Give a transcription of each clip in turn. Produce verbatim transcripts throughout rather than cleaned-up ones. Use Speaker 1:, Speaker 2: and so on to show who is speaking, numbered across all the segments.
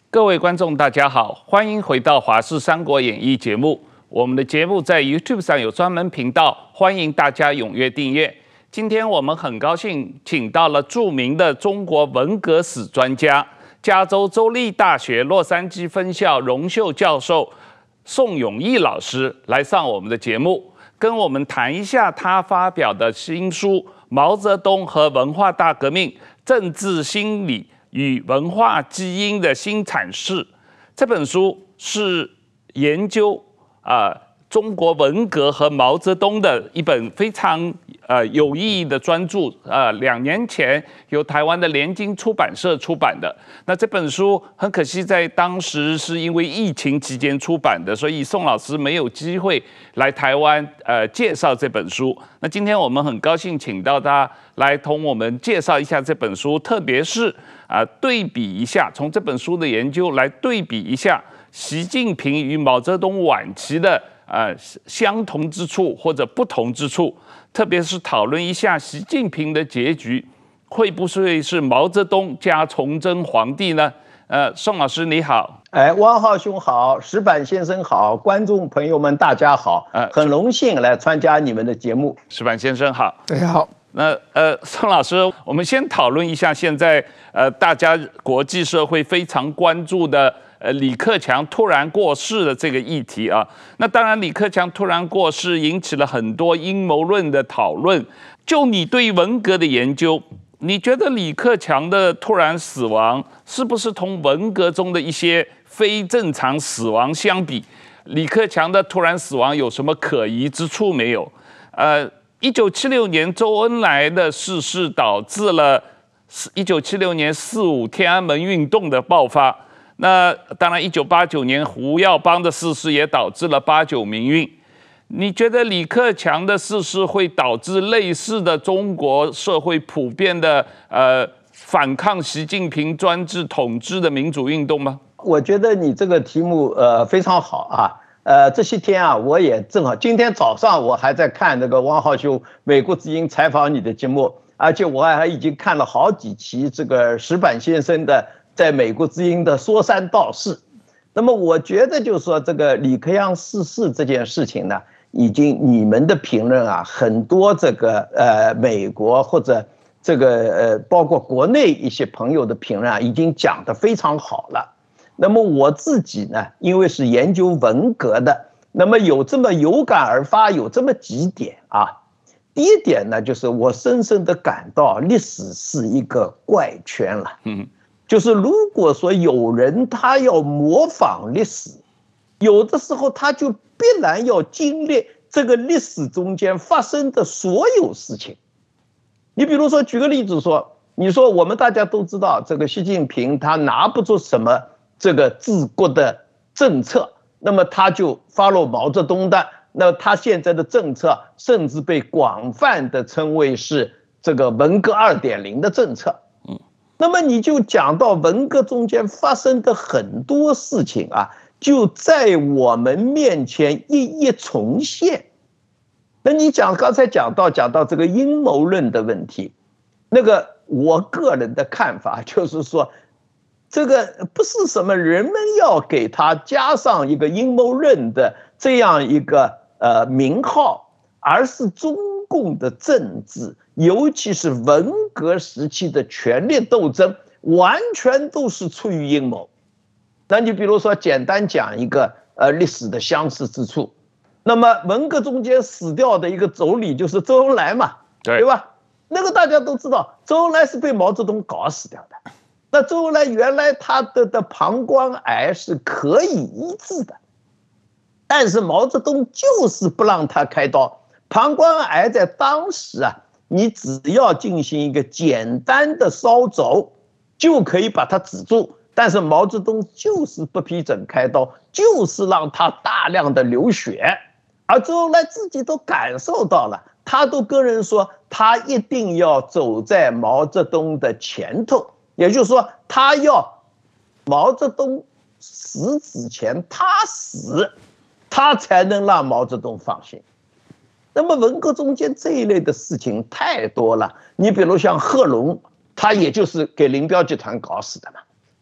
Speaker 1: 各位观众，大家好，欢迎回到《华视三国演义》节目。我们的节目在 YouTube 上有专门频道，欢迎大家踊跃订阅。今天我们很高兴请到了著名的中国文革史专家、加州州立大学洛杉矶分校荣休教授宋永毅老师来上我们的节目，跟我们谈一下他发表的新书《毛泽东和文化大革命：政治心理与文化基因的新阐释》。这本书是研究啊、呃、中国文革和毛泽东的一本非常呃有意义的专著。呃，两年前由台湾的联经出版社出版的。那这本书很可惜在当时是因为疫情期间出版的，所以宋老师没有机会来台湾呃介绍这本书。那今天我们很高兴请到他来同我们介绍一下这本书，特别是啊、呃、对比一下，从这本书的研究来对比一下习近平与毛泽东晚期的呃相同之处或者不同之处，特别是讨论一下习近平的结局会不会是毛泽东加崇祯皇帝呢？呃，宋老师你好。
Speaker 2: 哎，汪浩兄好，石板先生好，观众朋友们大家好，呃，很荣幸来参加你们的节目。
Speaker 1: 石板先生好。
Speaker 3: 大家好。
Speaker 1: 那呃，宋老师，我们先讨论一下现在呃大家国际社会非常关注的呃李克强突然过世的这个议题啊。那当然，李克强突然过世引起了很多阴谋论的讨论。就你对文革的研究，你觉得李克强的突然死亡是不是同文革中的一些非正常死亡相比，李克强的突然死亡有什么可疑之处没有？呃，一九七六年周恩来的逝世导致了一九七六年四五天安门运动的爆发。那当然，一九八九年胡耀邦的逝世也导致了八九民运。你觉得李克强的逝世会导致类似的中国社会普遍的呃反抗习近平专制统治的民主运动吗？
Speaker 2: 我觉得你这个题目呃非常好啊。呃，这些天啊，我也正好今天早上我还在看那个汪浩兄美国之音采访你的节目，而且我还已经看了好几期这个石板先生的在美国之音的说三道四。那么我觉得就是说这个李克强逝世这件事情呢，已经你们的评论啊，很多这个呃美国或者这个呃包括国内一些朋友的评论啊，已经讲得非常好了。那么我自己呢，因为是研究文革的，那么有这么有感而发，有这么几点啊。第一点呢，就是我深深地感到历史是一个怪圈了。嗯，就是如果说有人他要模仿历史，有的时候他就必然要经历这个历史中间发生的所有事情。你比如说，举个例子说，你说我们大家都知道，这个习近平他拿不出什么这个治国的政策，那么他就 follow 毛泽东的，那他现在的政策甚至被广泛的称为是这个文革 二点零 的政策。嗯，那么你就讲到文革中间发生的很多事情啊，就在我们面前一一重现。那你讲刚才讲到讲到这个阴谋论的问题，那个我个人的看法就是说，这个不是什么人们要给他加上一个阴谋论的这样一个呃名号，而是中共的政治，尤其是文革时期的权力斗争，完全都是出于阴谋。那你比如说，简单讲一个呃历史的相似之处，那么文革中间死掉的一个总理就是周恩来嘛，对吧？那个大家都知道，周恩来是被毛泽东搞死掉的。那周恩来原来他的的膀胱癌是可以医治的，但是毛泽东就是不让他开刀。膀胱癌在当时啊，你只要进行一个简单的烧肘就可以把它止住，但是毛泽东就是不批准开刀，就是让他大量的流血，而周恩来自己都感受到了，他都跟人说他一定要走在毛泽东的前头，也就是说他要毛泽东死之前他死，他才能让毛泽东放心。那么文革中间这一类的事情太多了，你比如像贺龙，他也就是给林彪集团搞死的嘛。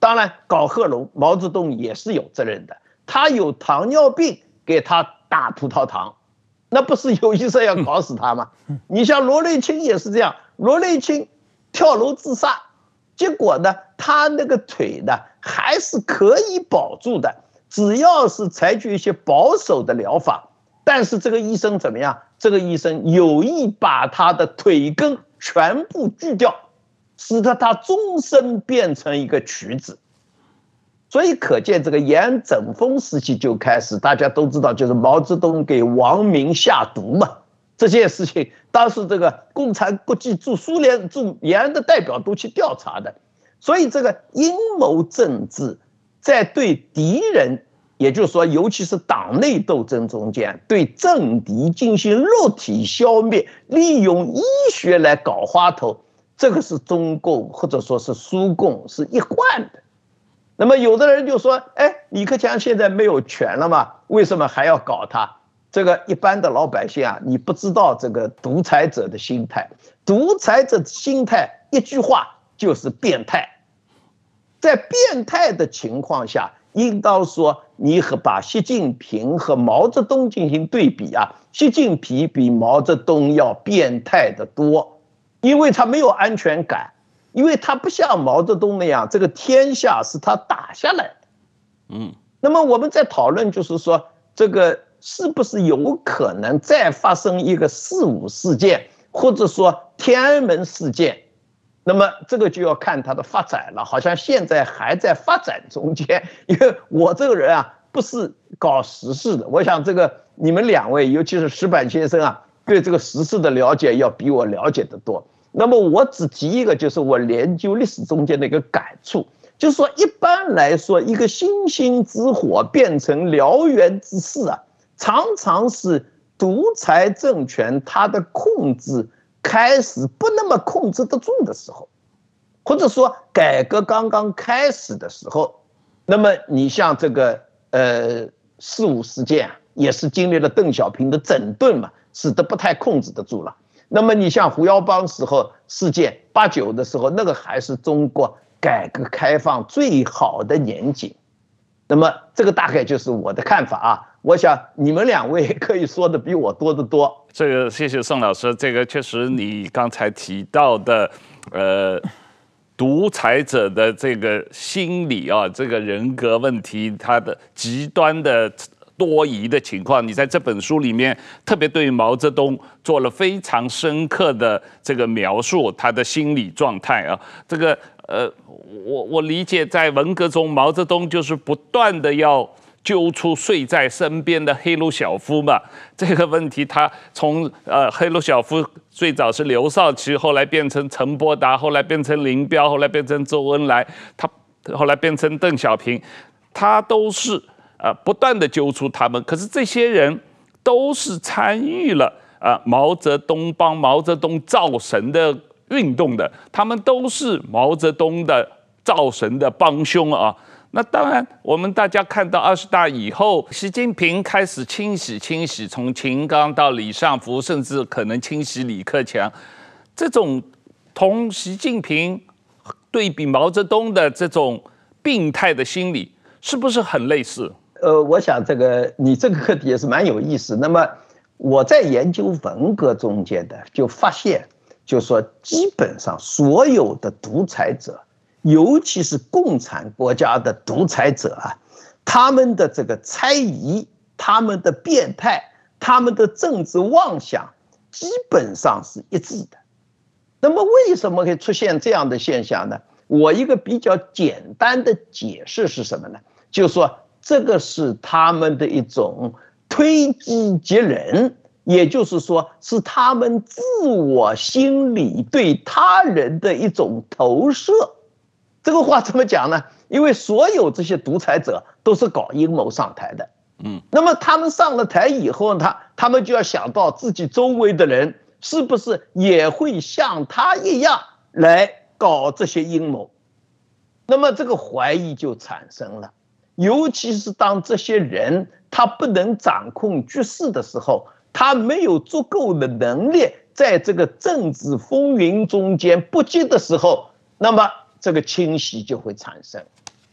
Speaker 2: 当然，搞贺龙，毛泽东也是有责任的。他有糖尿病，给他打葡萄糖，那不是有医生要搞死他吗？你像罗瑞卿也是这样，罗瑞卿跳楼自杀，结果呢，他那个腿呢还是可以保住的，只要是采取一些保守的疗法。但是这个医生怎么样？这个医生有意把他的腿根全部锯掉，使得他终身变成一个瘸子。所以可见这个严整风时期就开始，大家都知道，就是毛泽东给王明下毒嘛。这件事情当时这个共产国际驻苏联驻延安的代表都去调查的。所以这个阴谋政治在对敌人，也就是说尤其是党内斗争中间，对政敌进行肉体消灭，利用医学来搞花头，这个是中共或者说是苏共是一贯的。那么有的人就说，哎，李克强现在没有权了嘛，为什么还要搞他？这个一般的老百姓啊，你不知道这个独裁者的心态。独裁者的心态一句话就是变态。在变态的情况下，应当说你和把习近平和毛泽东进行对比啊，习近平比毛泽东要变态得多，因为他没有安全感。因为他不像毛泽东那样，这个天下是他打下来的。嗯，那么我们在讨论，就是说，这个是不是有可能再发生一个四五事件，或者说天安门事件？那么这个就要看它的发展了，好像现在还在发展中间。因为我这个人啊，不是搞时事的，我想这个你们两位，尤其是石板先生啊，对这个时事的了解要比我了解得多。那么我只提一个，就是我研究历史中间的一个感触，就是说一般来说，一个星星之火变成燎原之势啊，常常是独裁政权它的控制开始不那么控制得住的时候，或者说改革刚刚开始的时候。那么你像这个呃四五事件啊，也是经历了邓小平的整顿嘛，使得不太控制得住了。那么你像胡耀邦时候事件，八九的时候，那个还是中国改革开放最好的年景。那么这个大概就是我的看法啊，我想你们两位可以说的比我多得多。
Speaker 1: 这个谢谢宋老师，这个确实你刚才提到的，呃，独裁者的这个心理啊，这个人格问题，他的极端的多疑的情况，你在这本书里面特别对毛泽东做了非常深刻的这个描述，他的心理状态啊，这个呃，我我理解，在文革中，毛泽东就是不断的要揪出睡在身边的赫鲁晓夫嘛，这个问题他从呃赫鲁晓夫最早是刘少奇，后来变成陈伯达，后来变成林彪，后来变成周恩来，他后来变成邓小平，他都是。呃，不断的揪出他们，可是这些人都是参与了啊、呃、毛泽东帮毛泽东造神的运动的，他们都是毛泽东的造神的帮凶啊。那当然，我们大家看到二十大以后，习近平开始清洗清洗，从秦刚到李尚福，甚至可能清洗李克强，这种同习近平对比毛泽东的这种病态的心理，是不是很类似？
Speaker 2: 呃，我想这个你这个课题也是蛮有意思。那么我在研究文革中间的，就发现，就说基本上所有的独裁者，尤其是共产国家的独裁者啊，他们的这个猜疑、他们的变态、他们的政治妄想，基本上是一致的。那么为什么会出现这样的现象呢？我一个比较简单的解释是什么呢？就是说，这个是他们的一种推己及人，也就是说，是他们自我心理对他人的一种投射。这个话怎么讲呢？因为所有这些独裁者都是搞阴谋上台的，嗯，那么他们上了台以后，他他们就要想到自己周围的人是不是也会像他一样来搞这些阴谋，那么这个怀疑就产生了。尤其是当这些人他不能掌控局势的时候，他没有足够的能力在这个政治风云中间不济的时候，那么这个清洗就会产生。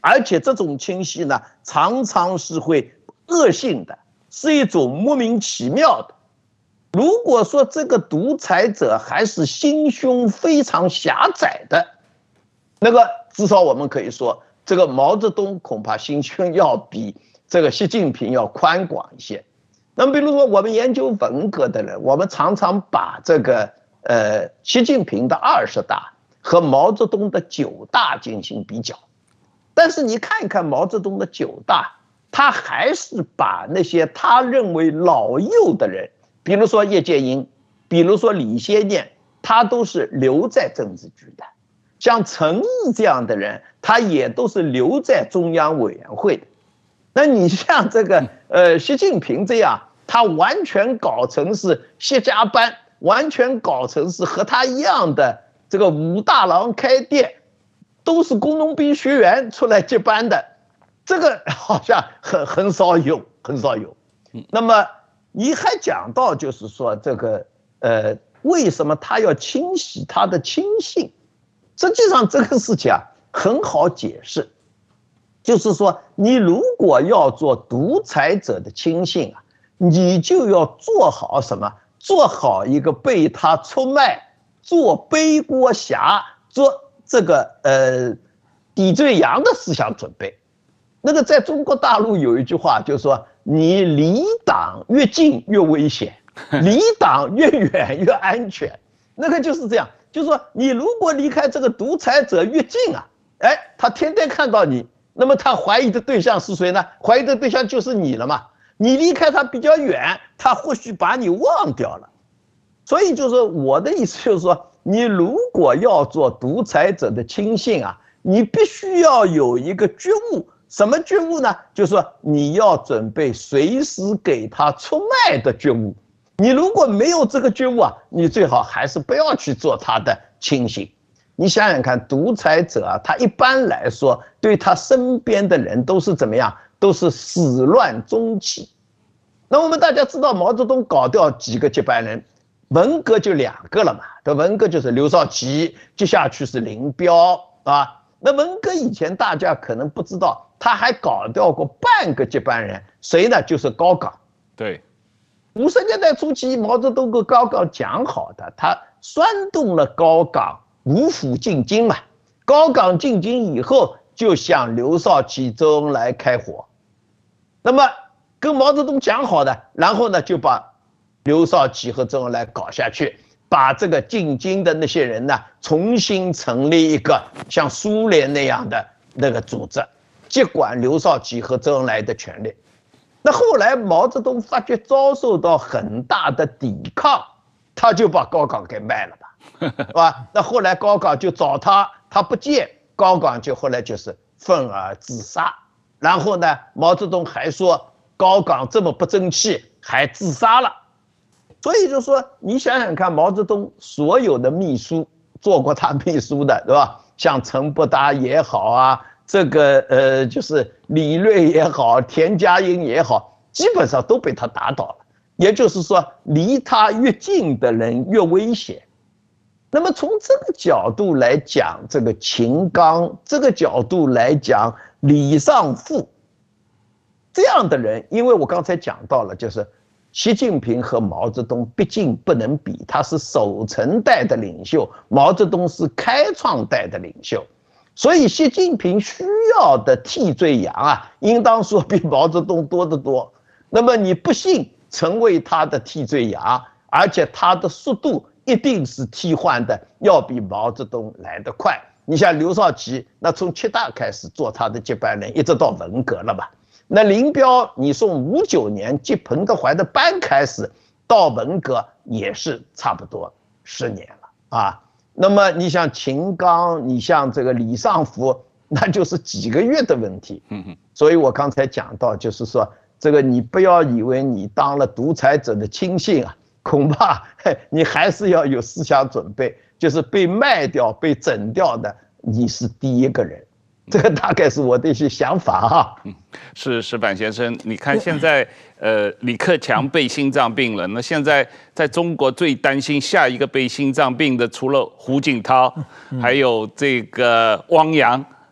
Speaker 2: 而且这种清晰呢，常常是会恶性的，是一种莫名其妙的。如果说这个独裁者还是心胸非常狭窄的，那个至少我们可以说，这个毛泽东恐怕心胸要比这个习近平要宽广一些。那么比如说我们研究文革的人，我们常常把这个呃习近平的二十大和毛泽东的九大进行比较，但是你看一看毛泽东的九大，他还是把那些他认为老幼的人，比如说叶剑英，比如说李先念，他都是留在政治局的。像陈毅这样的人，他也都是留在中央委员会的。那你像这个呃习近平这样，他完全搞成是习家班，完全搞成是和他一样的这个武大郎开店，都是工农兵学员出来接班的，这个好像很很少有，很少有。那么你还讲到就是说这个呃为什么他要清洗他的亲信？实际上这个事情啊很好解释。就是说，你如果要做独裁者的亲信啊，你就要做好什么？做好一个被他出卖、做背锅侠、做这个呃抵罪羊的思想准备。那个在中国大陆有一句话，就是说，你离党越近越危险，离党越远越安全。那个就是这样，就是说，你如果离开这个独裁者越近啊，哎，他天天看到你。那么他怀疑的对象是谁呢？怀疑的对象就是你了嘛。你离开他比较远，他或许把你忘掉了。所以就是我的意思就是说，你如果要做独裁者的亲信啊，你必须要有一个觉悟。什么觉悟呢？就是说你要准备随时给他出卖的觉悟。你如果没有这个觉悟啊，你最好还是不要去做他的亲信。你想想看，独裁者啊，他一般来说对他身边的人都是怎么样？都是始乱终弃。那我们大家知道，毛泽东搞掉几个接班人，文革就两个了嘛。这文革就是刘少奇，接下去是林彪啊。那文革以前大家可能不知道，他还搞掉过半个接班人，谁呢？就是高岗。
Speaker 1: 对，
Speaker 2: 五十年代初期，毛泽东跟高岗讲好的，他煽动了高岗。五虎进京嘛，高岗进京以后就向刘少奇、周恩来开火，那么跟毛泽东讲好的，然后呢就把刘少奇和周恩来搞下去，把这个进京的那些人呢重新成立一个像苏联那样的那个组织，接管刘少奇和周恩来的权利。那后来毛泽东发觉遭受到很大的抵抗，他就把高岗给卖了吧。是吧？那后来高岗就找他，他不见，高岗就后来就是愤而自杀。然后呢，毛泽东还说高岗这么不争气，还自杀了。所以就说你想想看，毛泽东所有的秘书，做过他秘书的，对吧？像陈伯达也好啊，这个呃就是李锐也好，田家英也好，基本上都被他打倒了。也就是说，离他越近的人越危险。那么从这个角度来讲，这个秦刚，这个角度来讲，李尚福这样的人，因为我刚才讲到了，就是习近平和毛泽东毕竟不能比，他是守成代的领袖，毛泽东是开创代的领袖，所以习近平需要的替罪羊啊，应当说比毛泽东多得多。那么你不信成为他的替罪羊，而且他的速度一定是替换的要比毛泽东来得快。你像刘少奇，那从七大开始做他的接班人，一直到文革了吧？那林彪，你从五九年接彭德怀的班开始，到文革也是差不多十年了啊。那么你像秦刚，你像这个李尚福，那就是几个月的问题。所以我刚才讲到，就是说这个你不要以为你当了独裁者的亲信啊。恐怕你还是要有思想准备，就是被卖掉、被整掉的，你是第一个人。这个大概是我的一些想法哈。
Speaker 1: 嗯，是石板先生，你看现在呃李克强被心脏病了，那现在在中国最担心下一个被心脏病的，除了胡锦涛，还有这个汪洋。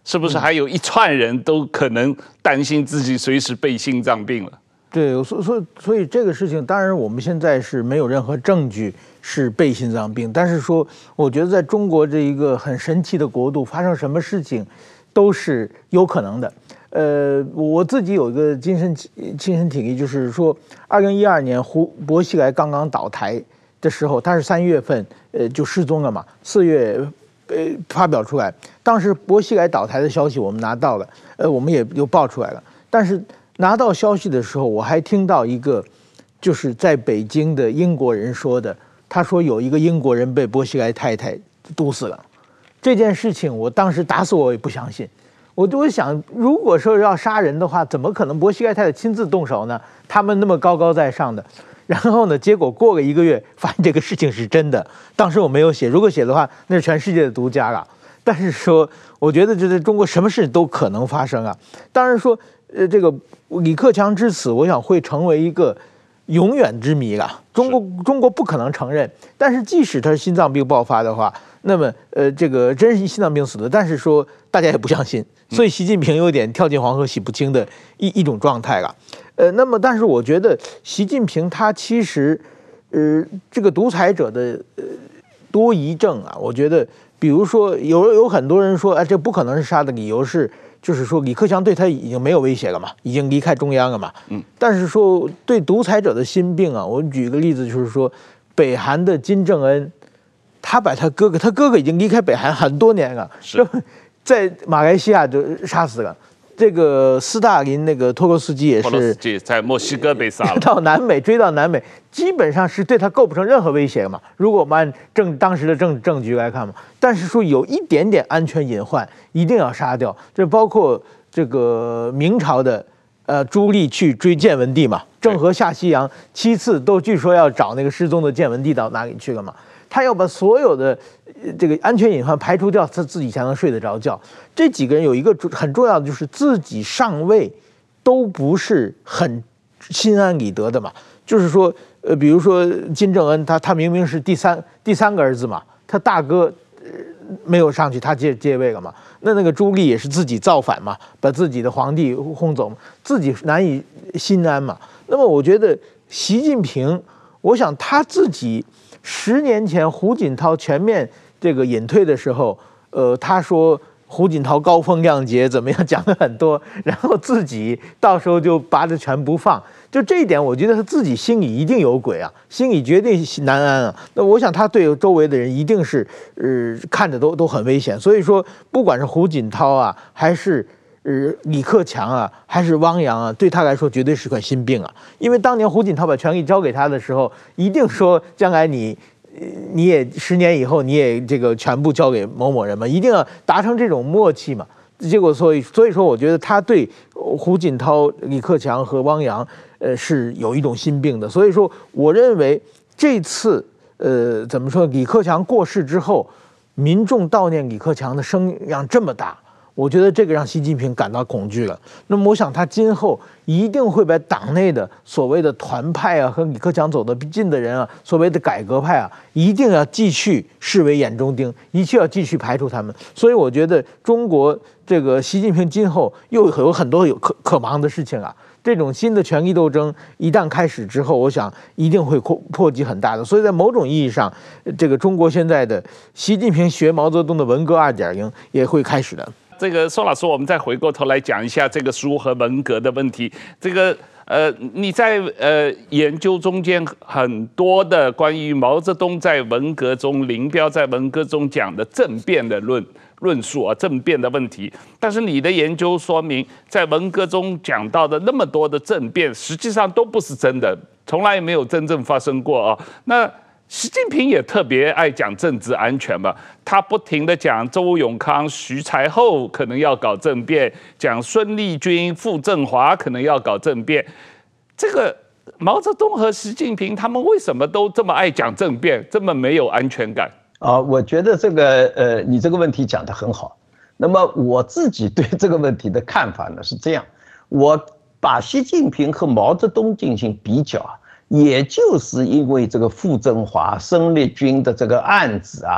Speaker 1: 是不是还有一串人都可能担心自己随时被心脏病了？
Speaker 3: 对，所所以所以这个事情，当然我们现在是没有任何证据是被心脏病，但是说，我觉得在中国这一个很神奇的国度，发生什么事情都是有可能的。呃，我自己有一个亲身亲身体历，就是说，二零一二年胡薄熙来刚刚倒台的时候，他是三月份呃就失踪了嘛，四月呃发表出来，当时薄熙来倒台的消息我们拿到了，呃，我们也又爆出来了，但是拿到消息的时候，我还听到一个就是在北京的英国人说的，他说有一个英国人被薄熙来太太毒死了，这件事情我当时打死我也不相信。我就会想，如果说要杀人的话，怎么可能薄熙来太太亲自动手呢？他们那么高高在上的，然后呢，结果过了一个月，发现这个事情是真的。当时我没有写，如果写的话，那是全世界的独家了。但是说，我觉得这在中国什么事都可能发生啊。当然说，呃，这个李克强之死，我想会成为一个永远之谜了。中国中国不可能承认，但是即使他是心脏病爆发的话，那么呃，这个真是心脏病死的，但是说大家也不相信。所以习近平有点跳进黄河洗不清的一一种状态了，呃，那么但是我觉得习近平他其实，呃，这个独裁者的呃多疑症啊，我觉得，比如说有有很多人说，哎，这不可能是杀的理由是，就是说李克强对他已经没有威胁了嘛，已经离开中央了嘛，嗯，但是说对独裁者的心病啊，我举个例子，就是说北韩的金正恩，他把他哥哥，他哥哥已经离开北韩很多年了，
Speaker 1: 是。
Speaker 3: 在马来西亚就杀死了，这个斯大林那个托洛斯基也是
Speaker 1: 在墨西哥被杀了，
Speaker 3: 到南美追到南美，基本上是对他构不成任何威胁嘛。如果我们按政当时的政证据来看嘛，但是说有一点点安全隐患，一定要杀掉。这包括这个明朝的呃朱棣去追建文帝嘛，郑和下西洋七次都据说要找那个失踪的建文帝到哪里去了嘛。他要把所有的这个安全隐患排除掉，他自己才能睡得着觉。这几个人有一个很重要的，就是自己上位都不是很心安理得的嘛。就是说，呃，比如说金正恩，他他明明是第三第三个儿子嘛，他大哥呃没有上去，他接接位了嘛。那那个朱棣也是自己造反嘛，把自己的皇帝轰走，自己难以心安嘛。那么我觉得习近平，我想他自己。十年前胡锦涛全面这个隐退的时候，呃，他说胡锦涛高风亮节怎么样，讲了很多，然后自己到时候就拔着拳不放。就这一点，我觉得他自己心里一定有鬼啊，心里绝对难安啊。那我想他对周围的人一定是，呃，看着都都很危险。所以说，不管是胡锦涛啊，还是呃李克强啊，还是汪洋啊，对他来说绝对是块心病啊。因为当年胡锦涛把权力交给他的时候，一定说将来你，你也十年以后你也这个全部交给某某人嘛，一定要达成这种默契嘛。结果所以所以说，我觉得他对胡锦涛、李克强和汪洋，呃，是有一种心病的。所以说，我认为这次呃怎么说，李克强过世之后，民众悼念李克强的声量这么大。我觉得这个让习近平感到恐惧了。那么，我想他今后一定会把党内的所谓的团派啊，和李克强走得近的人啊，所谓的改革派啊，一定要继续视为眼中钉，一切要继续排除他们。所以，我觉得中国这个习近平今后又有很多有可可忙的事情啊。这种新的权力斗争一旦开始之后，我想一定会破破击很大的。所以在某种意义上，这个中国现在的习近平学毛泽东的文革 二点零 也会开始的。
Speaker 1: 这个宋老师，我们再回过头来讲一下这个书和文革的问题。这个呃，你在呃研究中间很多的关于毛泽东在文革中、林彪在文革中讲的政变的论论述啊，政变的问题。但是你的研究说明，在文革中讲到的那么多的政变，实际上都不是真的，从来没有真正发生过啊。那习近平也特别爱讲政治安全嘛，他不停地讲周永康、徐才厚可能要搞政变，讲孙立军、傅政华可能要搞政变。这个毛泽东和习近平他们为什么都这么爱讲政变，这么没有安全感？
Speaker 2: 啊，我觉得这个呃，你这个问题讲得很好。那么我自己对这个问题的看法呢是这样，我把习近平和毛泽东进行比较啊。也就是因为这个傅政华、孙立军的这个案子啊，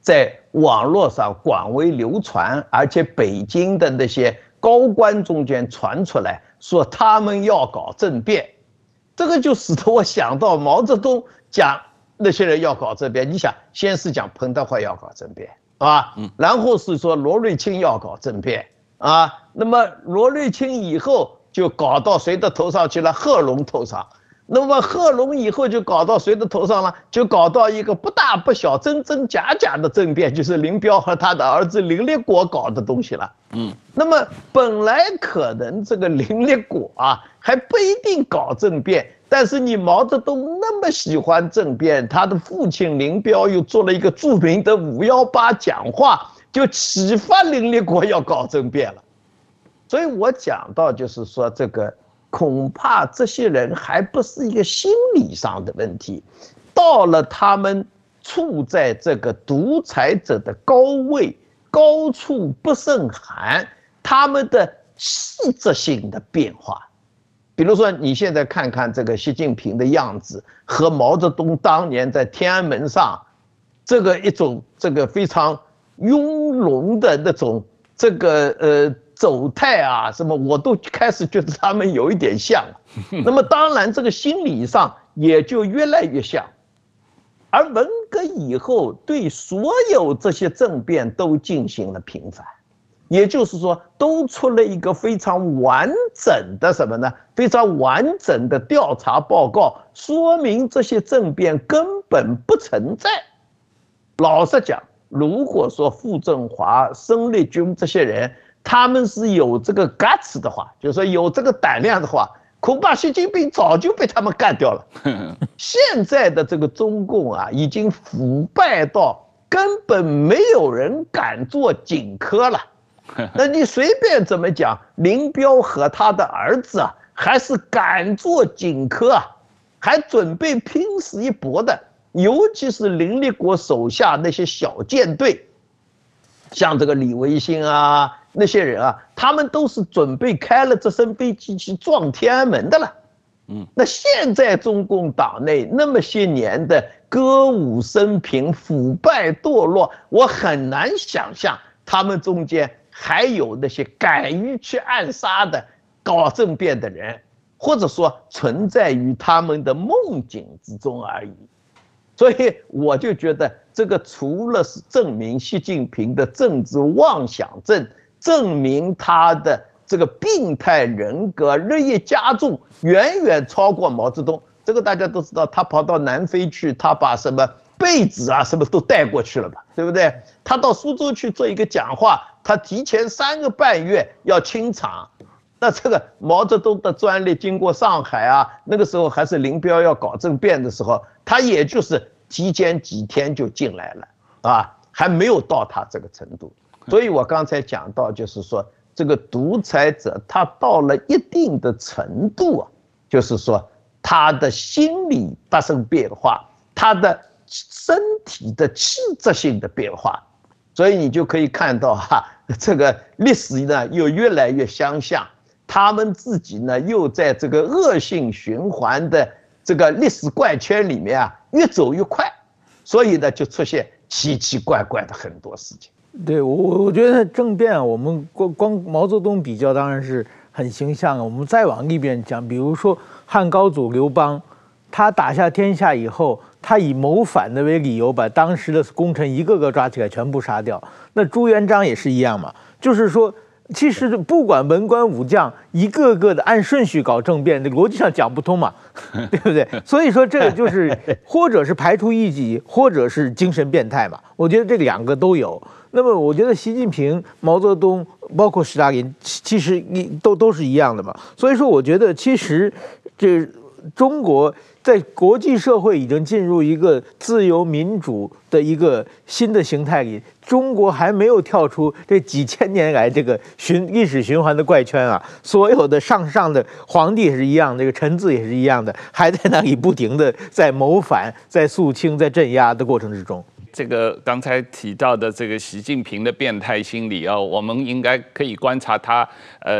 Speaker 2: 在网络上广为流传，而且北京的那些高官中间传出来说他们要搞政变，这个就使得我想到毛泽东讲那些人要搞政变。你想，先是讲彭德怀要搞政变啊，然后是说罗瑞卿要搞政变啊，那么罗瑞卿以后就搞到谁的头上去了？贺龙头上。那么贺龙以后就搞到谁的头上了？就搞到一个不大不小、真真假假的政变，就是林彪和他的儿子林立果搞的东西了。嗯，那么本来可能这个林立果啊还不一定搞政变，但是你毛泽东那么喜欢政变，他的父亲林彪又做了一个著名的五幺八讲话，就启发林立果要搞政变了。所以我讲到就是说这个。恐怕这些人还不是一个心理上的问题，到了他们处在这个独裁者的高位，高处不胜寒，他们的细致性的变化。比如说，你现在看看这个习近平的样子，和毛泽东当年在天安门上这个一种这个非常雍容的那种这个呃。走态啊，什么我都开始觉得他们有一点像，那么当然这个心理上也就越来越像，而文革以后对所有这些政变都进行了平反，也就是说都出了一个非常完整的什么呢？非常完整的调查报告，说明这些政变根本不存在。老实讲，如果说傅政华、孙立军这些人，他们是有这个 guts 的话，就是说有这个胆量的话，恐怕习近平早就被他们干掉了。现在的这个中共啊，已经腐败到根本没有人敢做警科了。那你随便怎么讲，林彪和他的儿子啊，还是敢做警科啊，还准备拼死一搏的。尤其是林立果手下那些小舰队，像这个李维新啊。那些人啊，他们都是准备开了直升飞机去撞天安门的了。嗯，那现在中共党内那么些年的歌舞升平、腐败堕落，我很难想象他们中间还有那些敢于去暗杀的、搞政变的人，或者说存在于他们的梦境之中而已。所以我就觉得，这个除了是证明习近平的政治妄想症，证明他的这个病态人格日益加重，远远超过毛泽东。这个大家都知道，他跑到南非去，他把什么被子啊什么都带过去了吧，对不对？他到苏州去做一个讲话，他提前三个半月要清场。那这个毛泽东的专利经过上海啊，那个时候还是林彪要搞政变的时候，他也就是提前几天就进来了啊，还没有到他这个程度。所以我刚才讲到，就是说这个独裁者他到了一定的程度啊，就是说他的心理发生变化，他的身体的气质性的变化，所以你就可以看到哈、啊，这个历史呢又越来越相像，他们自己呢又在这个恶性循环的这个历史怪圈里面啊越走越快，所以呢就出现奇奇怪怪的很多事情。
Speaker 3: 对，我我觉得政变啊，我们光光毛泽东比较当然是很形象啊。我们再往一边讲，比如说汉高祖刘邦，他打下天下以后，他以谋反的为理由，把当时的功臣一个个抓起来，全部杀掉。那朱元璋也是一样嘛，就是说，其实不管文官武将，一个个的按顺序搞政变，逻辑上讲不通嘛，对不对？所以说这个就是或者是排除异己，或者是精神变态嘛。我觉得这两个都有。那么我觉得习近平、毛泽东，包括斯大林，其实都都是一样的嘛。所以说，我觉得其实这中国在国际社会已经进入一个自由民主的一个新的形态里，中国还没有跳出这几千年来这个循历史循环的怪圈啊。所有的上上的皇帝也是一样，这个臣子也是一样的，还在那里不停的在谋反、在肃清、在镇压的过程之中。
Speaker 1: 这个刚才提到的这个习近平的变态心理啊，我们应该可以观察他，呃，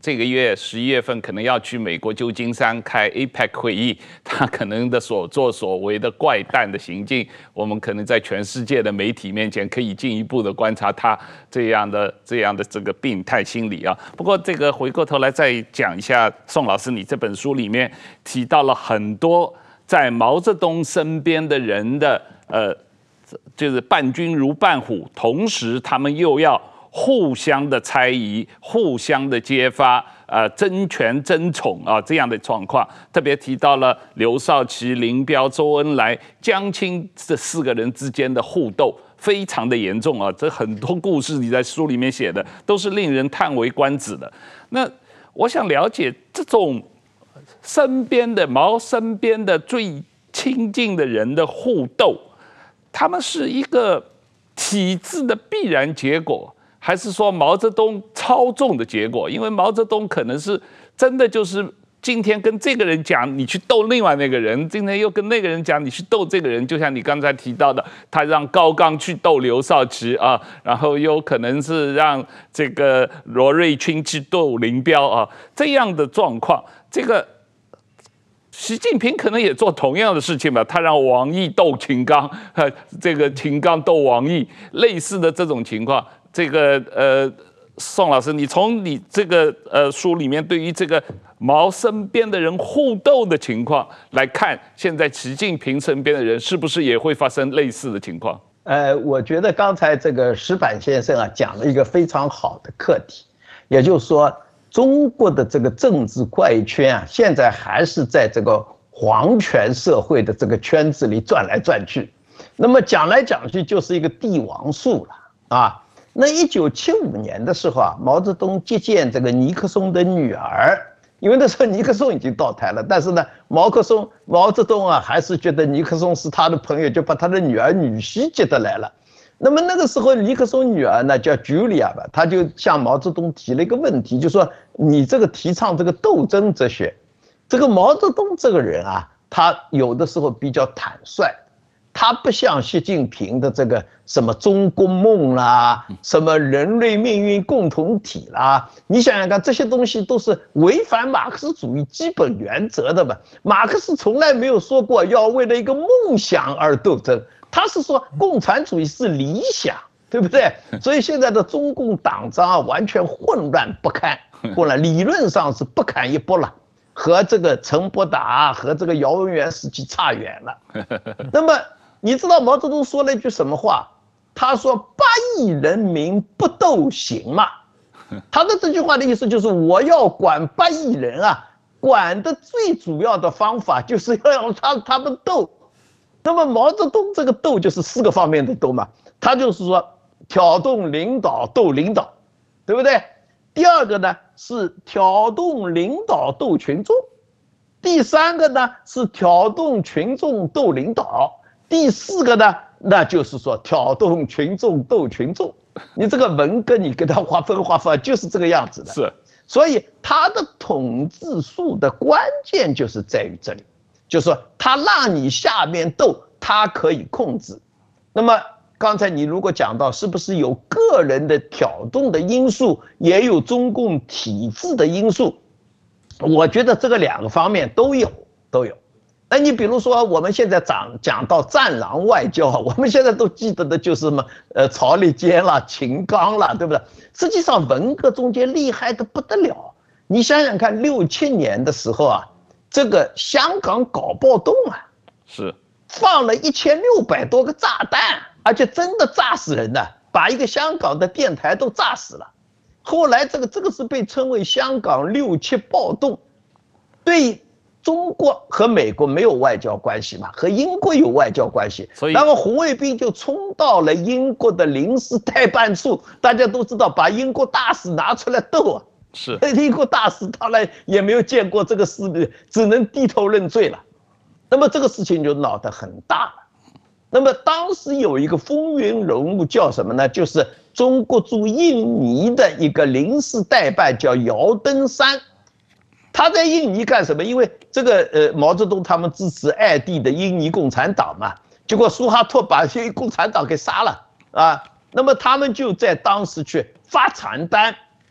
Speaker 1: 这个月十一月份可能要去美国旧金山开 A P E C 会议，他可能的所作所为的怪诞的行径，我们可能在全世界的媒体面前可以进一步的观察他这样的这样的这个病态心理啊。不过这个回过头来再讲一下，宋老师，你这本书里面提到了很多在毛泽东身边的人的呃。就是伴君如伴虎，同时他们又要互相的猜疑、互相的揭发，呃，争权争宠啊这样的状况。特别提到了刘少奇、林彪、周恩来、江青这四个人之间的互斗，非常的严重啊。这很多故事你在书里面写的，都是令人叹为观止的。那我想了解这种身边的毛身边的最亲近的人的互斗。他们是一个体制的必然结果，还是说毛泽东操纵的结果？因为毛泽东可能是真的就是今天跟这个人讲你去斗另外那个人，今天又跟那个人讲你去斗这个人，就像你刚才提到的，他让高岗去斗刘少奇啊，然后有可能是让这个罗瑞卿去斗林彪啊，这样的状况，这个。习近平可能也做同样的事情吧，他让王毅斗秦刚，呃，这个秦刚斗王毅，类似的这种情况，这个呃，宋老师，你从你这个呃书里面对于这个毛身边的人互斗的情况来看，现在习近平身边的人是不是也会发生类似的情况？
Speaker 2: 呃，我觉得刚才这个石板先生啊讲了一个非常好的课题，也就是说。中国的这个政治怪圈啊，现在还是在这个皇权社会的这个圈子里转来转去。那么讲来讲去就是一个帝王术了啊。那一九七五年的时候啊，毛泽东接见这个尼克松的女儿，因为那时候尼克松已经倒台了，但是呢，毛克松毛泽东啊还是觉得尼克松是他的朋友，就把他的女儿女婿接得来了。那么那个时候，尼克松女儿呢叫 Julia 吧，她就向毛泽东提了一个问题，就说你这个提倡这个斗争哲学，这个毛泽东这个人啊，他有的时候比较坦率，他不像习近平的这个什么中共梦啦，什么人类命运共同体啦，你想想看，这些东西都是违反马克思主义基本原则的嘛。马克思从来没有说过要为了一个梦想而斗争。他是说共产主义是理想，对不对？所以现在的中共党章啊，完全混乱不堪，混乱理论上是不堪一击了，和这个陈伯达和这个姚文元时期差远了。那么你知道毛泽东说了一句什么话？他说：“八亿人民不斗行吗？”他的这句话的意思就是我要管八亿人啊，管的最主要的方法就是要让他他们斗。那么毛泽东这个斗就是四个方面的斗嘛，他就是说挑动领导斗领导，对不对？第二个呢是挑动领导斗群众，第三个呢是挑动群众斗领导，第四个呢那就是说挑动群众斗群众。你这个文革你给他划分划分就是这个样子的。
Speaker 1: 是，
Speaker 2: 所以他的统治术的关键就是在于这里。就是说，他让你下面斗，他可以控制。那么刚才你如果讲到是不是有个人的挑动的因素，也有中共体制的因素，我觉得这个两个方面都有，都有。那你比如说我们现在讲讲到战狼外交，我们现在都记得的就是什么呃曹立坚啦、秦刚啦，对不对？实际上文革中间厉害的不得了。你想想看，六七年的时候啊。这个香港搞暴动啊，
Speaker 1: 是
Speaker 2: 放了一千六百多个炸弹，而且真的炸死人的，把一个香港的电台都炸死了。后来这个这个是被称为香港六七暴动，对中国和美国没有外交关系嘛，和英国有外交关系。所以，然后红卫兵就冲到了英国的临时代办处，大家都知道，把英国大使拿出来斗啊。
Speaker 1: 是，
Speaker 2: 英国大使当然也没有见过这个事，只能低头认罪了。那么这个事情就闹得很大了。那么当时有一个风云人物叫什么呢？就是中国驻印尼的一个临时代办叫姚登山。他在印尼干什么？因为这个呃毛泽东他们支持爱地的印尼共产党嘛，结果苏哈托把这些共产党给杀了啊。那么他们就在当时去发传单。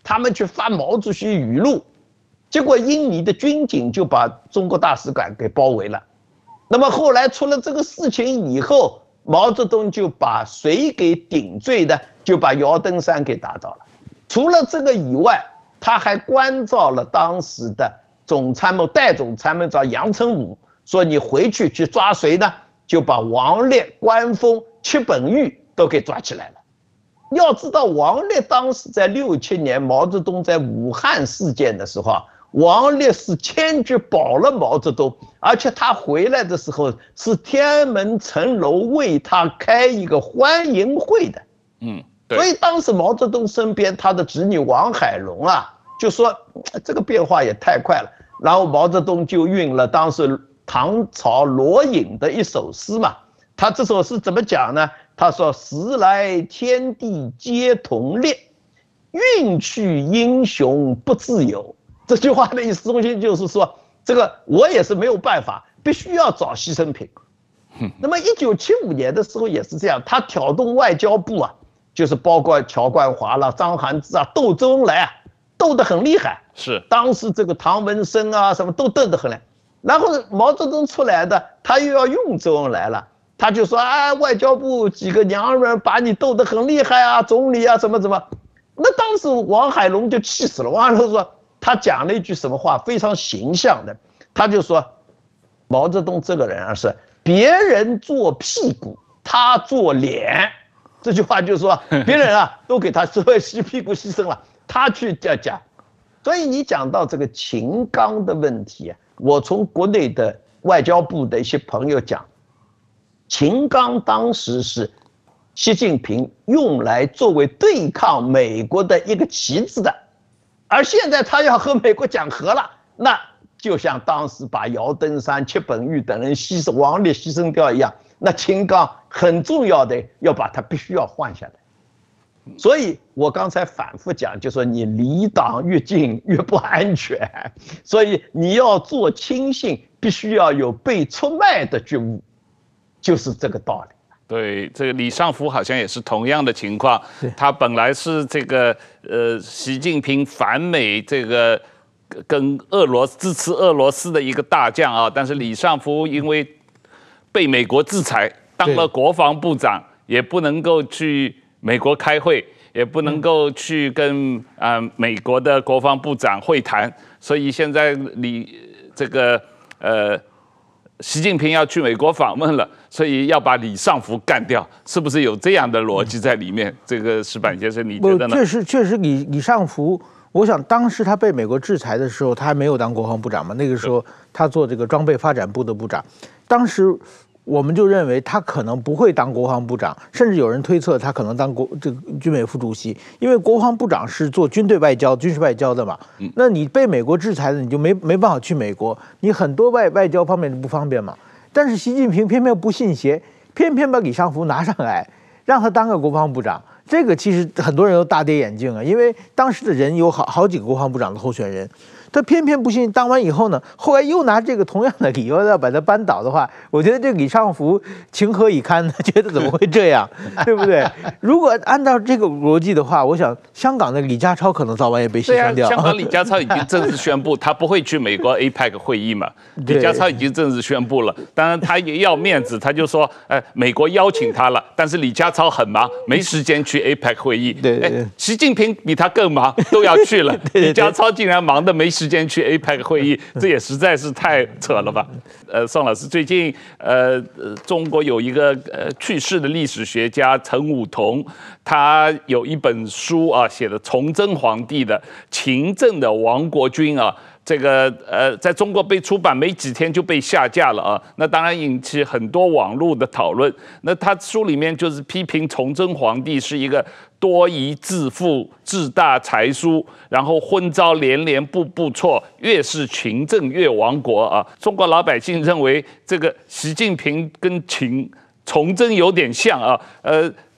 Speaker 2: 他们去发毛主席语录，结果印尼的军警就把中国大使馆给包围了。那么后来出了这个事情以后，毛泽东就把谁给顶罪的，就把姚登山给打倒了。除了这个以外，他还关照了当时的总参谋代总参谋长杨成武，说你回去去抓谁呢？就把王烈、关锋、戚本禹都给抓起来了。要知道，王烈当时在六七年毛泽东在武汉事件的时候，王烈是千军保了毛泽东，而且他回来的时候是天安门城楼为他开一个欢迎会的。
Speaker 1: 嗯。
Speaker 2: 所以当时毛泽东身边他的侄女王海龙啊，就说这个变化也太快了。然后毛泽东就运了当时唐朝罗隐的一首诗嘛，他这首诗怎么讲呢？他说：“时来天地皆同烈，运去英雄不自由。”这句话的意思中心就是说，这个我也是没有办法，必须要找牺牲品。那么一九七五年的时候也是这样，他挑动外交部啊。就是包括乔冠华了、张涵之啊，斗周恩来啊，斗得很厉害。
Speaker 1: 是，
Speaker 2: 当时这个唐文生啊，什么都斗得很厉害。然后毛泽东出来的，他又要用周恩来了，他就说啊，外交部几个娘们把你斗得很厉害啊，总理啊，怎么怎么。那当时王海龙就气死了。王海龙说，他讲了一句什么话，非常形象的，他就说，毛泽东这个人啊，是别人做屁股，他做脸。这句话就是说，别人啊都给他作为洗屁股牺牲了，他去讲。所以你讲到这个秦刚的问题啊，我从国内的外交部的一些朋友讲，秦刚当时是习近平用来作为对抗美国的一个旗帜的，而现在他要和美国讲和了，那就像当时把姚登山、戚本禹等人牺牲、王烈牺牲掉一样。那秦刚很重要的要把它必须要换下来，所以我刚才反复讲，就说你离党越近越不安全，所以你要做亲信，必须要有被出卖的觉悟，就是这个道理。
Speaker 1: 对，这个李尚福好像也是同样的情况，他本来是这个呃习近平反美这个跟俄罗斯支持俄罗斯的一个大将啊，但是李尚福因为被美国制裁，当了国防部长，也不能够去美国开会，也不能够去跟啊、呃、美国的国防部长会谈，所以现在李这个呃习近平要去美国访问了，所以要把李尚福干掉，是不是有这样的逻辑在里面？这个石板先生，你觉得呢？
Speaker 3: 确实，确实李李尚福。我想当时他被美国制裁的时候，他还没有当国防部长嘛。那个时候他做这个装备发展部的部长。当时我们就认为他可能不会当国防部长，甚至有人推测他可能当国这个军委副主席，因为国防部长是做军队外交、军事外交的嘛。那你被美国制裁了，你就没没办法去美国，你很多外外交方面就不方便嘛。但是习近平偏偏不信邪，偏偏把李尚福拿上来，让他当个国防部长。这个其实很多人都大跌眼镜啊，因为当时的人有好好几个国防部长的候选人，他偏偏不信。当完以后呢，后来又拿这个同样的理由要把他扳倒的话，我觉得这李尚福情何以堪呢？觉得怎么会这样，对不对？如果按照这个逻辑的话，我想香港的李家超可能早晚也被牺牲掉。
Speaker 1: 对啊，香港李家超已经正式宣布，他不会去美国 A P E C 会议嘛。李家超已经正式宣布了，当然他也要面子，他就说，呃，美国邀请他了，但是李家超很忙，没时间去 A P E C 会议。
Speaker 3: 对对对，
Speaker 1: 习近平比他更忙，都要去了，对对对，李家超竟然忙得没时间去 A P E C 会议，这也实在是太扯了吧？呃，宋老师，最近呃，中国有一个呃去世的历史学家陈武同，他有一本书啊，写的崇祯皇帝的勤政的亡国君啊。这个呃，在中国被出版没几天就被下架了啊，那当然引起很多网络的讨论。那他书里面就是批评崇祯皇帝是一个多疑自负、志大才疏，然后昏招连连，步步错，越是勤政越亡国啊。中国老百姓认为这个习近平跟秦崇祯有点像啊，呃。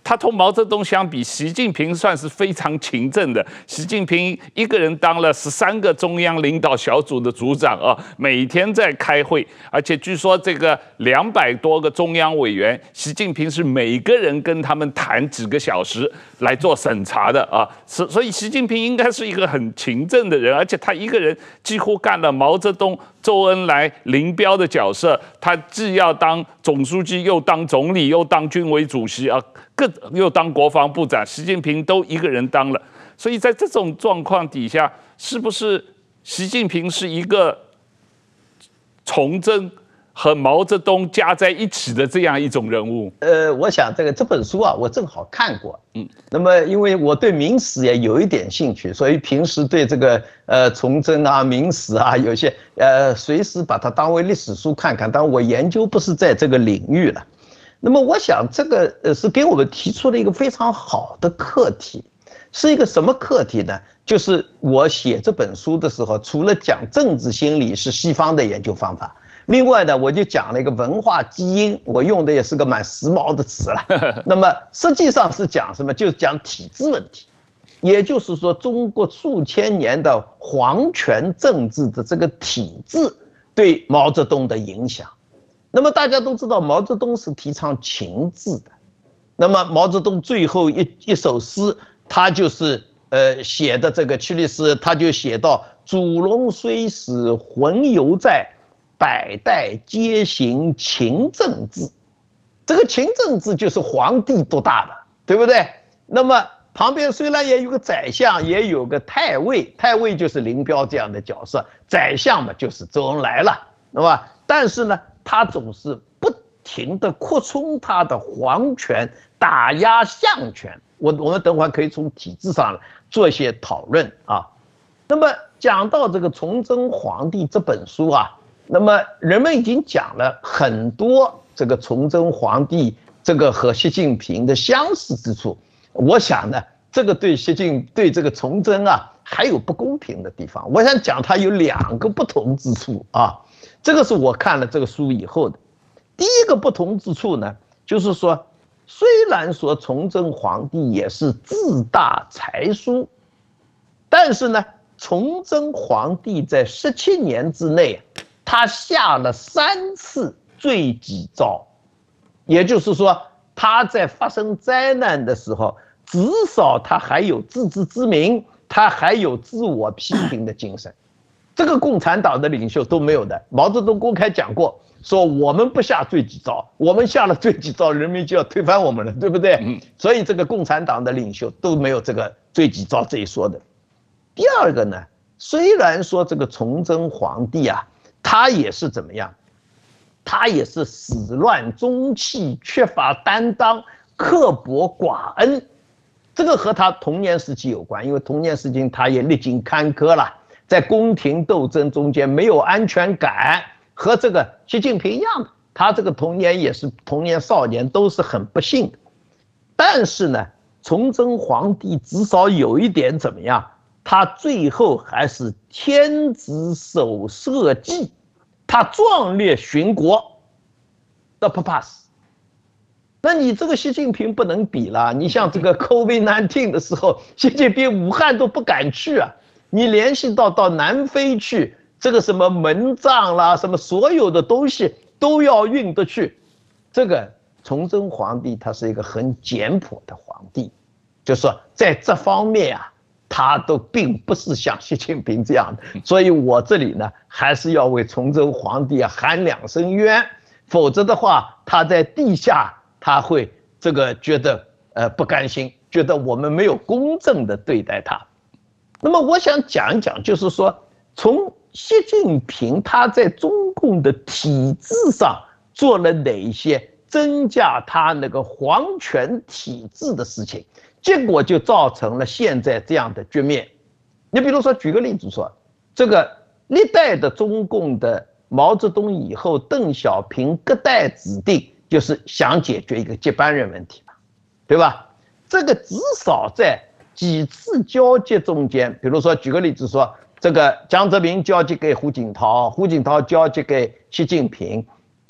Speaker 1: 他同毛泽东相比，习近平算是非常勤政的。习近平一个人当了十三个中央领导小组的组长啊，每天在开会，而且据说这个两百多个中央委员，习近平是每个人跟他们谈几个小时来做审查的啊。所所以习近平应该是一个很勤政的人，而且他一个人几乎干了毛泽东、周恩来、林彪的角色，他既要当总书记，又当总理，又当军委主席啊。各又当国防部长，习近平都一个人当了，所以在这种状况底下，是不是习近平是一个崇祯和毛泽东加在一起的这样一种人物？
Speaker 2: 呃，我想这个这本书啊，我正好看过，嗯，那么因为我对明史也有一点兴趣，所以平时对这个呃崇祯啊、明史啊，有些呃随时把它当为历史书看看，但我研究不是在这个领域了。那么我想这个呃是给我们提出了一个非常好的课题，是一个什么课题呢？就是我写这本书的时候，除了讲政治心理是西方的研究方法，另外呢我就讲了一个文化基因，我用的也是个蛮时髦的词了。那么实际上是讲什么？就是讲体制问题，也就是说中国数千年的皇权政治的这个体制对毛泽东的影响。那么大家都知道，毛泽东是提倡情志的。那么毛泽东最后一一首诗，他就是呃写的这个屈律诗，他就写到“祖龙虽死魂犹在，百代皆行勤政治”。这个勤政治就是皇帝多大的，对不对？那么旁边虽然也有个宰相，也有个太尉，太尉就是林彪这样的角色，宰相嘛就是周恩来了，那么但是呢，他总是不停地扩充他的皇权，打压相权。我我们等会儿可以从体制上做一些讨论啊。那么讲到这个《崇祯皇帝》这本书啊，那么人们已经讲了很多这个崇祯皇帝这个和习近平的相似之处。我想呢，这个对习近对这个崇祯啊还有不公平的地方。我想讲他有两个不同之处啊。这个是我看了这个书以后的第一个不同之处呢，就是说，虽然说崇祯皇帝也是志大才疏，但是呢，崇祯皇帝在十七年之内，他下了三次罪己诏，也就是说，他在发生灾难的时候，至少他还有自知之明，他还有自我批评的精神。这个共产党的领袖都没有的。毛泽东公开讲过，说我们不下罪己诏，我们下了罪己诏，人民就要推翻我们了，对不对？所以这个共产党的领袖都没有这个罪己诏这一说的。第二个呢，虽然说这个崇祯皇帝啊，他也是怎么样，他也是始乱终弃，缺乏担当，刻薄寡恩，这个和他童年时期有关，因为童年时期他也历经坎坷了。在宫廷斗争中间没有安全感，和这个习近平一样的，他这个童年也是童年少年都是很不幸的。但是呢，崇祯皇帝至少有一点怎么样，他最后还是天子手社稷，他壮烈殉国，那不怕死。那你这个习近平不能比了，你像这个 COVID 十九 的时候，习近平武汉都不敢去啊。你联系到到南非去，这个什么门帐啦，什么所有的东西都要运得去。这个崇祯皇帝他是一个很简朴的皇帝，就是说在这方面啊，他都并不是像习近平这样的。所以我这里呢，还是要为崇祯皇帝啊喊两声冤，否则的话，他在地下他会这个觉得呃不甘心，觉得我们没有公正的对待他。那么我想讲一讲，就是说，从习近平他在中共的体制上做了哪些增加他那个皇权体制的事情，结果就造成了现在这样的局面。你比如说，举个例子说，这个历代的中共的毛泽东以后，邓小平各代指定就是想解决一个接班人问题嘛，对吧？这个至少在几次交接中间，比如说举个例子说，这个江泽民交接给胡锦涛，胡锦涛交接给习近平，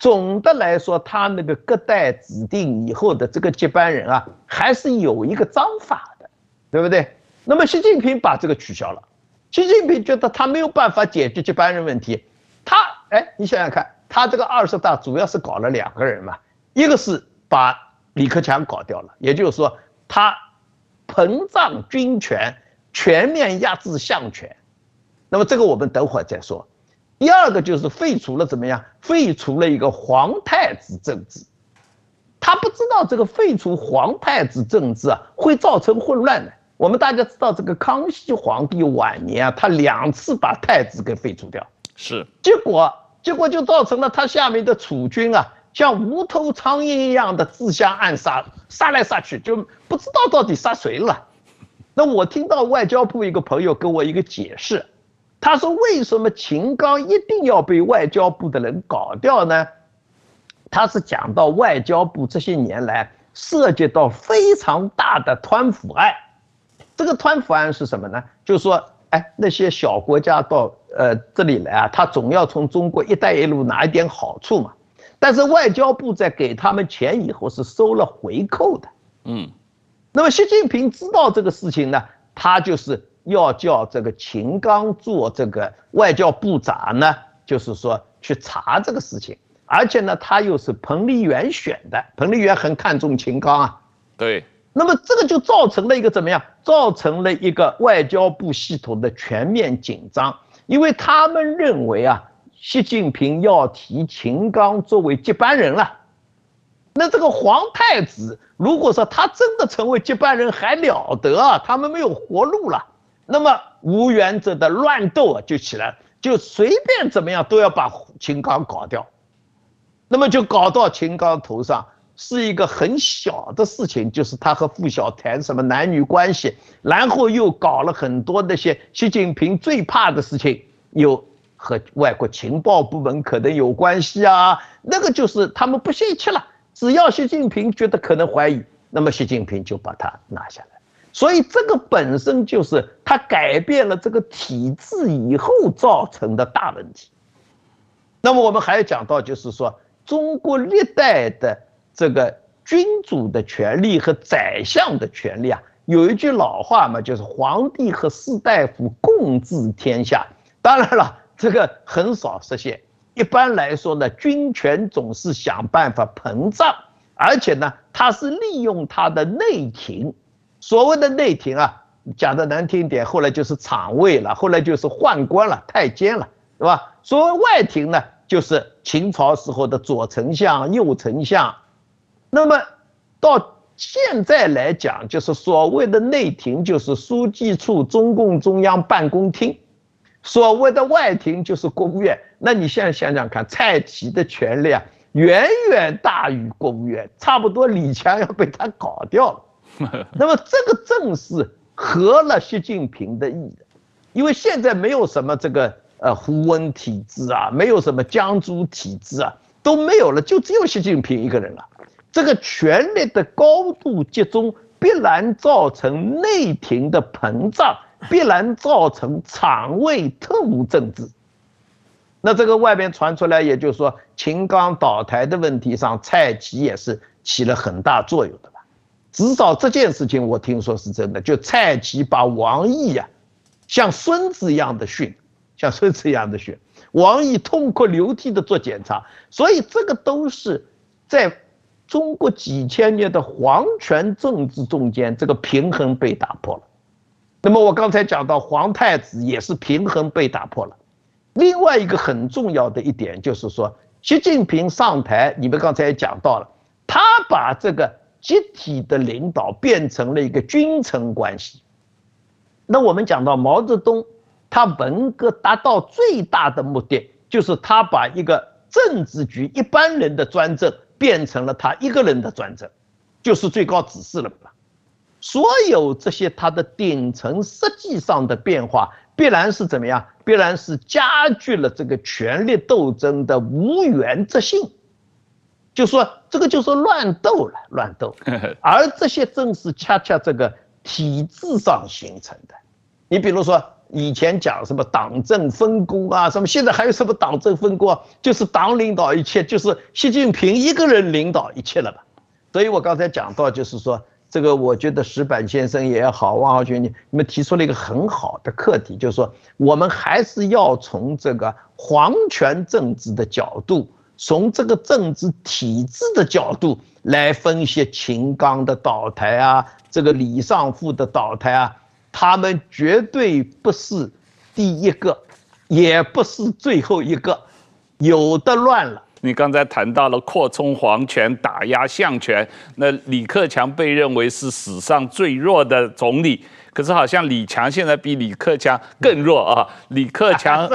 Speaker 2: 总的来说，他那个隔代指定以后的这个接班人啊，还是有一个章法的，对不对？那么习近平把这个取消了，习近平觉得他没有办法解决接班人问题，他哎，你想想看，他这个二十大主要是搞了两个人嘛，一个是把李克强搞掉了，也就是说他膨胀军权，全面压制相权。那么这个我们等会儿再说。第二个就是废除了怎么样？废除了一个皇太子政治。他不知道这个废除皇太子政治啊会造成混乱的。我们大家知道这个康熙皇帝晚年啊，他两次把太子给废除掉，
Speaker 1: 是
Speaker 2: 结果结果就造成了他下面的储君啊，像无头苍蝇一样的自相暗杀，杀来杀去，就不知道到底杀谁了。那我听到外交部一个朋友跟我一个解释。他说：“为什么秦刚一定要被外交部的人搞掉呢？他是讲到外交部这些年来涉及到非常大的贪腐案。这个贪腐案是什么呢？就是说，哎，那些小国家到呃这里来啊，他总要从中国“一带一路”拿一点好处嘛。但是外交部在给他们钱以后是收了回扣的。嗯，那么习近平知道这个事情呢，他就是。”要叫这个秦刚做这个外交部长呢，就是说去查这个事情，而且呢，他又是彭丽媛选的，彭丽媛很看重秦刚啊。
Speaker 1: 对，
Speaker 2: 那么这个就造成了一个怎么样？造成了一个外交部系统的全面紧张，因为他们认为啊，习近平要提秦刚作为接班人了。那这个皇太子，如果说他真的成为接班人，还了得啊？他们没有活路了。那么无原则的乱斗啊就起来了，就随便怎么样都要把秦刚搞掉，那么就搞到秦刚头上，是一个很小的事情，就是他和傅小田什么男女关系，然后又搞了很多那些习近平最怕的事情，有和外国情报部门可能有关系啊，那个就是他们不泄气了，只要习近平觉得可能怀疑，那么习近平就把他拿下来。所以这个本身就是他改变了这个体制以后造成的大问题。那么我们还要讲到，就是说中国历代的这个君主的权利和宰相的权利啊，有一句老话嘛，就是皇帝和士大夫共治天下。当然了，这个很少实现。一般来说呢，军权总是想办法膨胀，而且呢，他是利用他的内廷。所谓的内廷啊，讲的难听点，后来就是厂卫了，后来就是宦官了，太监了，对吧？所谓外廷呢，就是秦朝时候的左丞相、右丞相。那么到现在来讲，就是所谓的内廷，就是书记处、中共中央办公厅；所谓的外廷就是国务院。那你现在想想看，蔡奇的权力啊，远远大于国务院，差不多李强要被他搞掉了。那么这个正是合了习近平的意的，因为现在没有什么这个呃胡温体制啊，没有什么江朱体制啊，都没有了，就只有习近平一个人了。这个权力的高度集中，必然造成内廷的膨胀，必然造成厂卫特务政治。那这个外边传出来，也就是说秦刚倒台的问题上，蔡奇也是起了很大作用的。至少这件事情我听说是真的，就蔡奇把王毅啊，像孙子一样的训，像孙子一样的训，王毅痛哭流涕的做检查，所以这个都是在中国几千年的皇权政治中间，这个平衡被打破了。那么我刚才讲到皇太子也是平衡被打破了。另外一个很重要的一点就是说，习近平上台，你们刚才也讲到了，他把这个集体的领导变成了一个君臣关系。那我们讲到毛泽东，他文革达到最大的目的，就是他把一个政治局一般人的专政变成了他一个人的专政，就是最高指示了嘛。所有这些他的顶层实际上的变化，必然是怎么样？必然是加剧了这个权力斗争的无原则性。就说这个就是乱斗了，乱斗，而这些正是恰恰这个体制上形成的。你比如说， 以前讲什么党政分工啊，什么现在还有什么党政分工啊？就是党领导一切，就是习近平一个人领导一切了吧？所以我刚才讲到，就是说这个，我觉得石板先生也好，汪浩群你你们提出了一个很好的课题，就是说我们还是要从这个皇权政治的角度，从这个政治体制的角度来分析秦刚的倒台啊，这个李尚福的倒台啊，他们绝对不是第一个，也不是最后一个，有的乱了。
Speaker 1: 你刚才谈到了扩充皇权、打压相权，那李克强被认为是史上最弱的总理，可是好像李强现在比李克强更弱啊！李克强，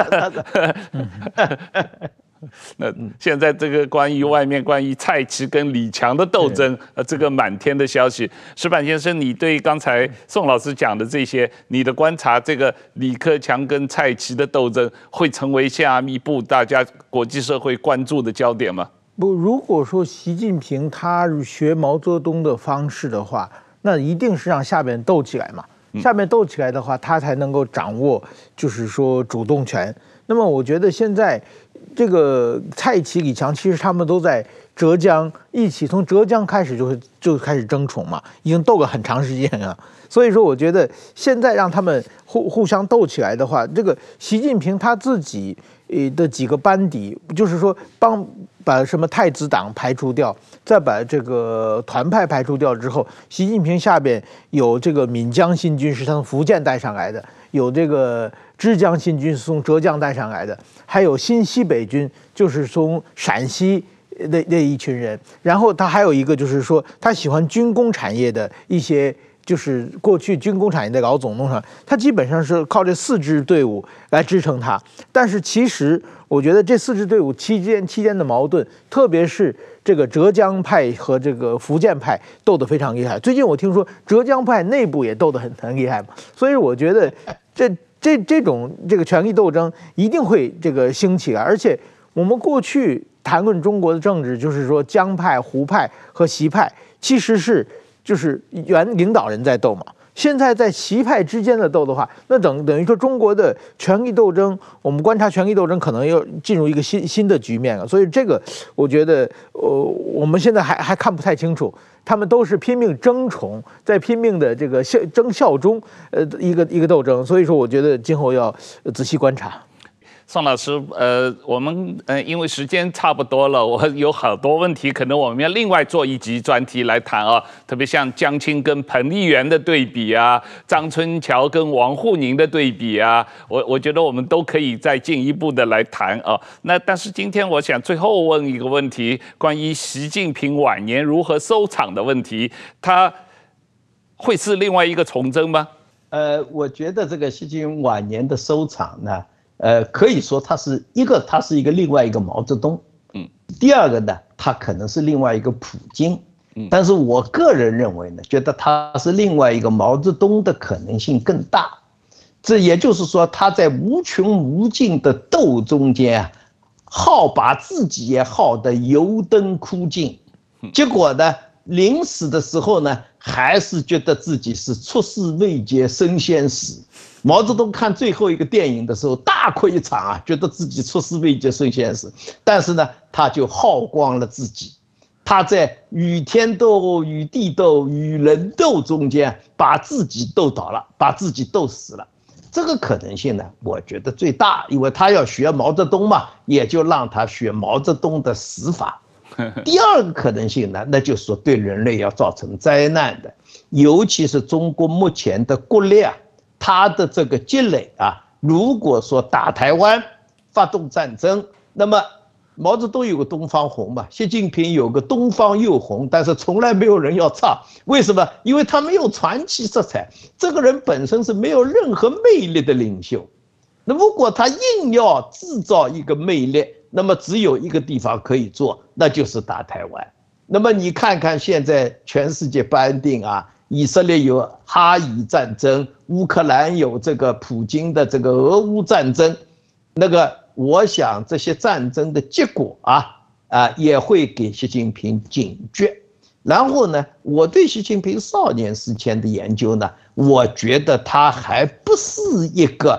Speaker 1: 那现在这个关于外面关于蔡奇跟李强的斗争，呃，这个满天的消息，石板先生，你对刚才宋老师讲的这些，你的观察，这个李克强跟蔡奇的斗争会成为下一步大家国际社会关注的焦点吗？
Speaker 3: 不，如果说习近平他学毛泽东的方式的话，那一定是让下边斗起来嘛。下面斗起来的话，他才能够掌握，就是说主动权。那么我觉得现在这个蔡奇、李强，其实他们都在浙江一起，从浙江开始就就开始争宠嘛，已经斗了很长时间了。所以说，我觉得现在让他们互互相斗起来的话，这个习近平他自己呃的几个班底，就是说帮把什么太子党排除掉，再把这个团派排除掉之后，习近平下边有这个闽江新军是从福建带上来的，有这个枝江新军是从浙江带上来的，还有新西北军就是从陕西的那一群人，然后他还有一个就是说他喜欢军工产业的一些。就是过去军工产业的老总弄上，他基本上是靠这四支队伍来支撑他。但是其实我觉得这四支队伍期间期间的矛盾，特别是这个浙江派和这个福建派斗得非常厉害。最近我听说浙江派内部也斗得很很厉害嘛，所以我觉得这这这种这个权力斗争一定会这个兴起来。而且我们过去谈论中国的政治，就是说江派、胡派和习派其实是。就是原领导人在斗嘛，现在在习派之间的斗的话，那等等于说中国的权力斗争，我们观察权力斗争可能要进入一个新新的局面了。所以这个我觉得，呃，我们现在还还看不太清楚，他们都是拼命争宠，在拼命的这个效争效忠，呃，一个一个斗争。所以说，我觉得今后要仔细观察。
Speaker 1: 宋老师，呃，我们呃，因为时间差不多了，我有好多问题，可能我们要另外做一集专题来谈啊。特别像江青跟彭丽媛的对比啊，张春桥跟王沪宁的对比啊，我我觉得我们都可以再进一步的来谈啊。那但是今天我想最后问一个问题，关于习近平晚年如何收场的问题，他会是另外一个崇祯吗？
Speaker 2: 呃，我觉得这个习近平晚年的收场呢。呃，可以说他是一个，他是一个另外一个毛泽东，嗯，第二个呢，他可能是另外一个普京，嗯，但是我个人认为呢，觉得他是另外一个毛泽东的可能性更大，这也就是说他在无穷无尽的斗中间啊，耗把自己也耗得油灯枯尽，结果呢，临死的时候呢，还是觉得自己是出师未捷身先死。毛泽东看最后一个电影的时候大哭一场啊，觉得自己出师未捷身先死，但是呢，他就耗光了自己，他在与天斗、与地斗、与人斗中间把自己斗倒了，把自己斗死了。这个可能性呢，我觉得最大，因为他要学毛泽东嘛，也就让他学毛泽东的死法。第二个可能性呢，那就是说对人类要造成灾难的，尤其是中国目前的国力啊。他的这个积累啊，如果说打台湾、发动战争，那么毛泽东有个东方红嘛，习近平有个东方右红，但是从来没有人要唱，为什么？因为他没有传奇色彩，这个人本身是没有任何魅力的领袖。那如果他硬要制造一个魅力，那么只有一个地方可以做，那就是打台湾。那么你看看现在全世界不安定啊。以色列有哈以战争，乌克兰有这个普京的这个俄乌战争，那个我想这些战争的结果啊啊也会给习近平警觉。然后呢，我对习近平少年时期的研究呢，我觉得他还不是一个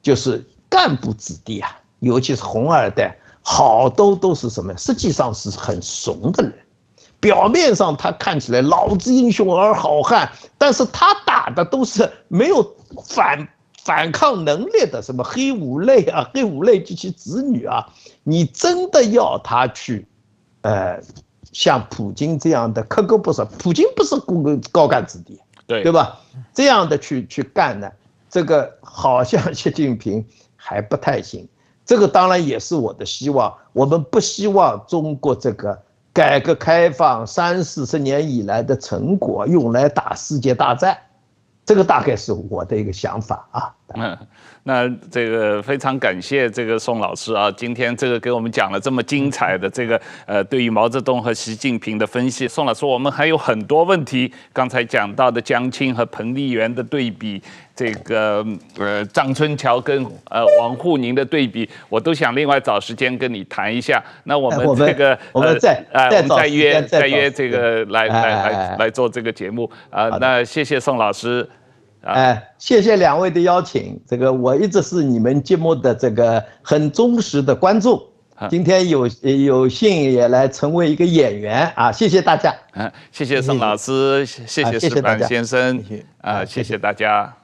Speaker 2: 就是干部子弟啊，尤其是红二代，好多都是什么？实际上是很怂的人。表面上他看起来老子英雄儿好汉，但是他打的都是没有反反抗能力的，什么黑五类啊、黑五类及其子女啊，你真的要他去，呃，像普京这样的磕磕不是，普京不是高干子弟，
Speaker 1: 对
Speaker 2: 对吧？这样的去去干呢，这个好像习近平还不太行。这个当然也是我的希望，我们不希望中国这个改革开放三四十年以来的成果用来打世界大战，这个大概是我的一个想法啊。
Speaker 1: 嗯，那这个非常感谢这个宋老师啊，今天这个给我们讲了这么精彩的这个呃对于毛泽东和习近平的分析。宋老师，我们还有很多问题，刚才讲到的江青和彭丽媛的对比，这个呃张春桥跟呃王沪宁的对比，我都想另外找时间跟你谈一下。那我们这个
Speaker 2: 我们再
Speaker 1: 呃我们再约
Speaker 2: 再
Speaker 1: 约这个来来来来做这个节目啊。那谢谢宋老师。
Speaker 2: 哎，谢谢两位的邀请。这个我一直是你们节目的这个很忠实的观众，今天有有幸也来成为一个演员啊！谢谢大家。
Speaker 1: 嗯，谢谢宋老师，谢谢石板先生，啊，谢谢大家。